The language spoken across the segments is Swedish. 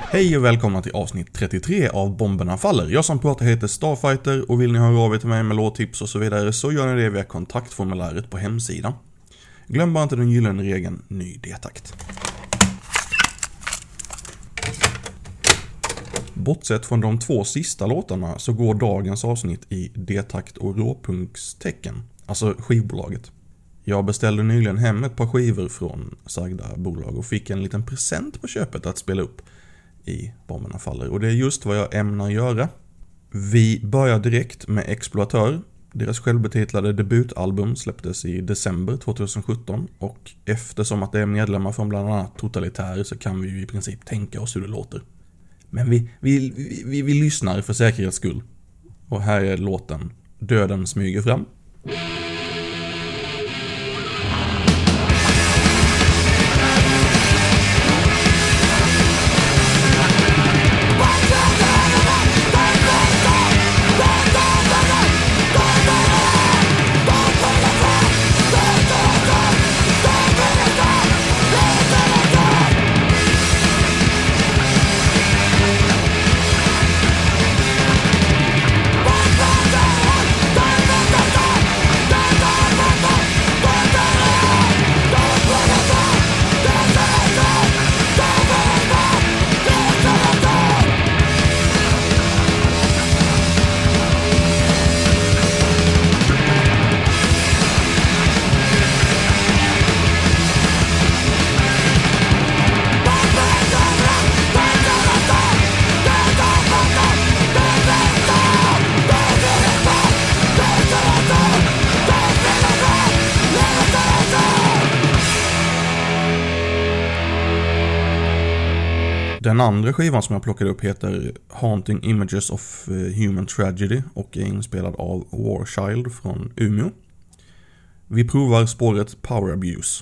Hej och välkomna till avsnitt 33 av Bomberna Faller. Jag som pratar heter Starfighter och vill ni höra av er till mig med låttips och så vidare så gör ni det via kontaktformuläret på hemsidan. Glöm bara inte den gyllene regeln ny D-takt. Bortsett från de två sista låtarna så går dagens avsnitt i D-takt och råpunktstecken, alltså skivbolaget. Jag beställde nyligen hem ett par skivor från sagda bolag och fick en liten present på köpet att spela upp i Bomberna Faller. Och det är just vad jag ämnar göra. Vi börjar direkt med Exploatör. Deras självbetitlade debutalbum släpptes i december 2017 och eftersom att det är medlemmar från bland annat Totalitär så kan vi ju i princip tänka oss hur det låter. Men vi lyssnar för säkerhets skull. Och här är låten Döden smyger fram. Den andra skivan som jag plockade upp heter Haunting Images of Human Tragedy och är inspelad av Warchild från Umeå. Vi provar spåret Power Abuse.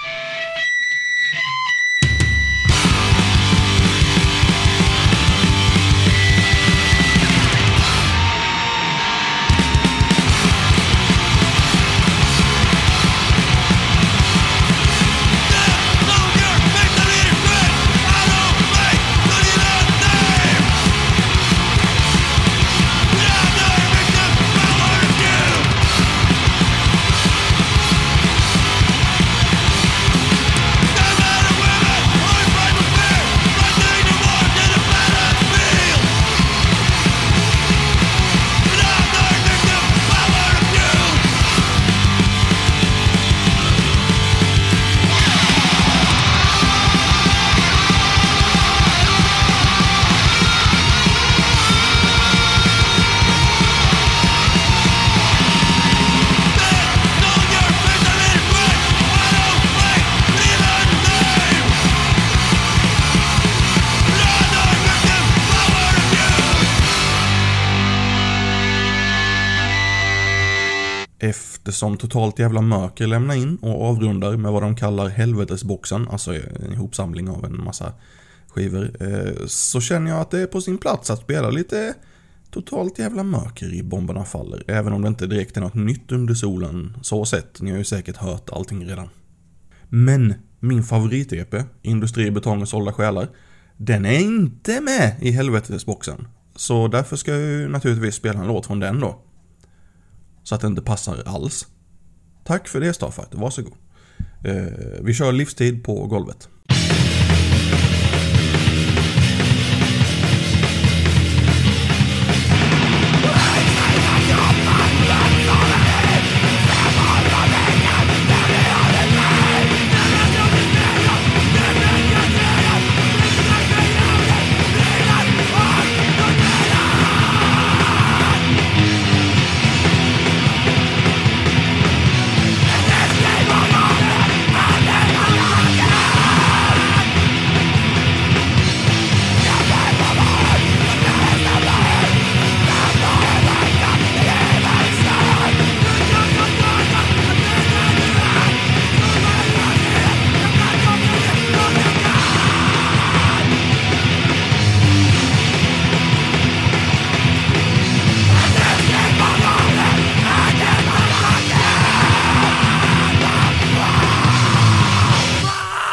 Eftersom Totalt Jävla Mörker lämnar in och avrundar med vad de kallar helvetesboxen, alltså en ihopsamling av en massa skivor, så känner jag att det är på sin plats att spela lite Totalt Jävla Mörker i Bomberna Faller, även om det inte direkt är något nytt under solen så sett, ni har ju säkert hört allting redan. Men min favorit-EP, Industri, Betong och Sålda Själar, den är inte med i helvetesboxen, så därför ska jag ju naturligtvis spela en låt från den då. Så att det inte passar alls. Tack för det Starfighter, varsågod. Vi kör livstid på golvet. Ah!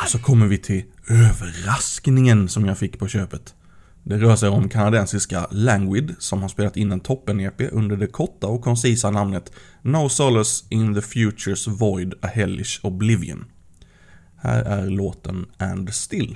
Så kommer vi till överraskningen som jag fick på köpet. Det rör sig om kanadensiska Languid som har spelat in en toppen-EP under det korta och koncisa namnet No Solace in the Future's Void a Hellish Oblivion. Här är låten And Still.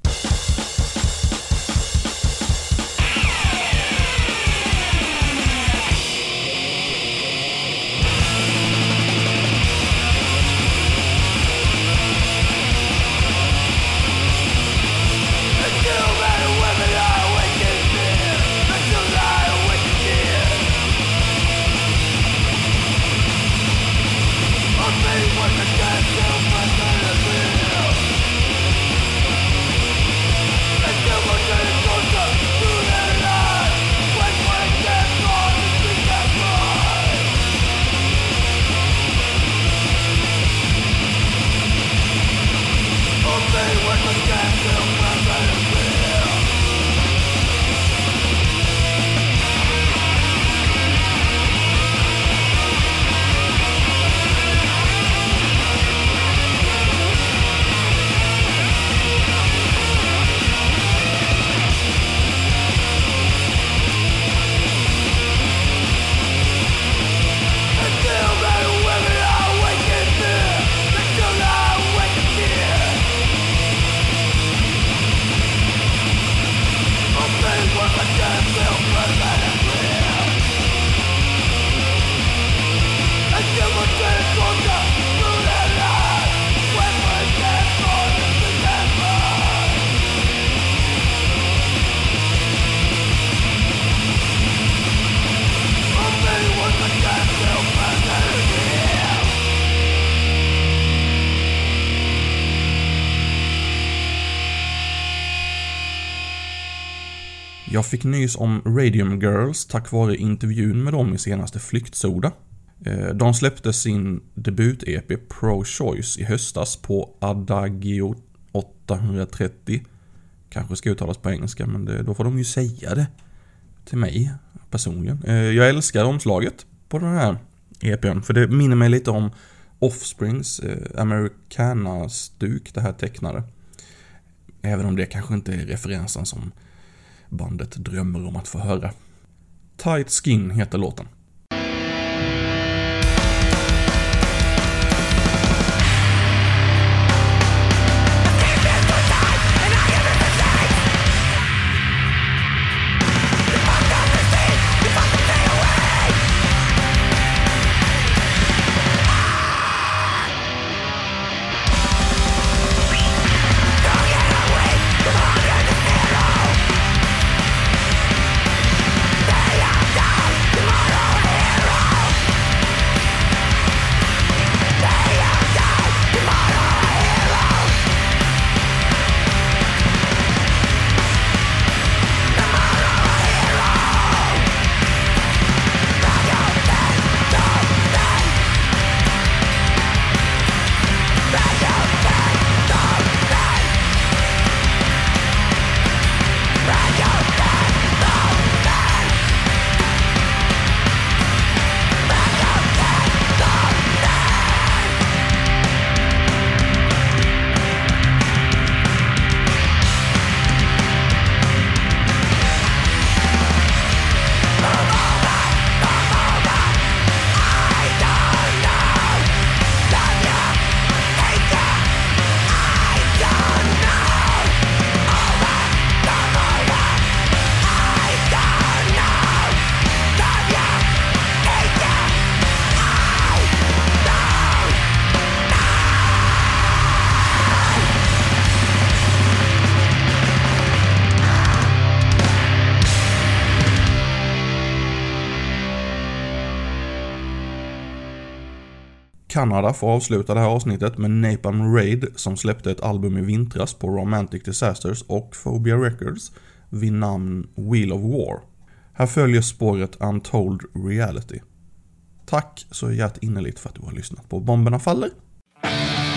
Jag fick nys om Radium Girls tack vare intervjun med dem i senaste Flyktsoda. De släppte sin debut-EP Pro Choice i höstas på Adagio 830. Kanske ska uttalas på engelska, men då får de ju säga det till mig personligen. Jag älskar omslaget på den här EPn, för det minner mig lite om Offsprings Americana-stuk, det här tecknade. Även om det kanske inte är referensen som bandet drömmer om att få höra. Tight Skin heter låten. Kanada får avsluta det här avsnittet med Napalm Raid som släppte ett album i vintras på Romantic Disasters och Phobia Records vid namn Wheel of War. Här följer spåret Untold Reality. Tack så hjärtinnerligt för att du har lyssnat på Bomberna Faller.